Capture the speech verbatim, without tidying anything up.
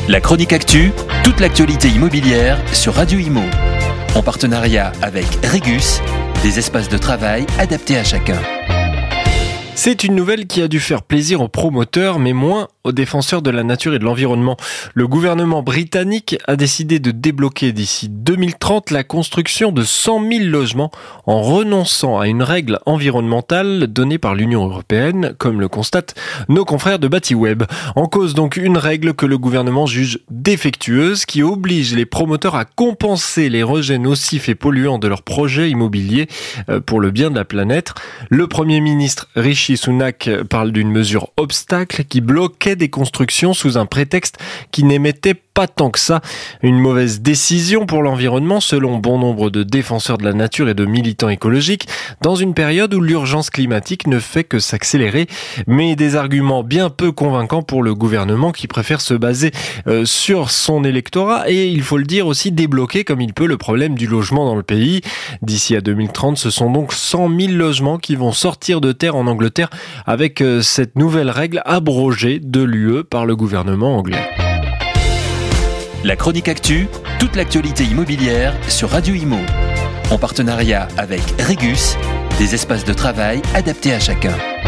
La chronique actu, toute l'actualité immobilière sur Radio Imo. En partenariat avec Regus, des espaces de travail adaptés à chacun. C'est une nouvelle qui a dû faire plaisir aux promoteurs, mais moins aux défenseurs de la nature et de l'environnement. Le gouvernement britannique a décidé de débloquer d'ici deux mille trente la construction de cent mille logements en renonçant à une règle environnementale donnée par l'Union européenne, comme le constatent nos confrères de Batiweb. En cause donc une règle que le gouvernement juge défectueuse, qui oblige les promoteurs à compenser les rejets nocifs et polluants de leurs projets immobiliers pour le bien de la planète. Le Premier ministre Rishi Sunak parle d'une mesure obstacle qui bloquait des constructions sous un prétexte qui n'émettait pas tant que ça. Une mauvaise décision pour l'environnement selon bon nombre de défenseurs de la nature et de militants écologiques dans une période où l'urgence climatique ne fait que s'accélérer, mais des arguments bien peu convaincants pour le gouvernement qui préfère se baser euh, sur son électorat et, il faut le dire, aussi débloquer comme il peut le problème du logement dans le pays. D'ici à deux mille trente, ce sont donc cent mille logements qui vont sortir de terre en Angleterre avec euh, cette nouvelle règle abrogée de l'U E par le gouvernement anglais. La chronique actu, toute l'actualité immobilière sur Radio Imo. En partenariat avec Regus, des espaces de travail adaptés à chacun.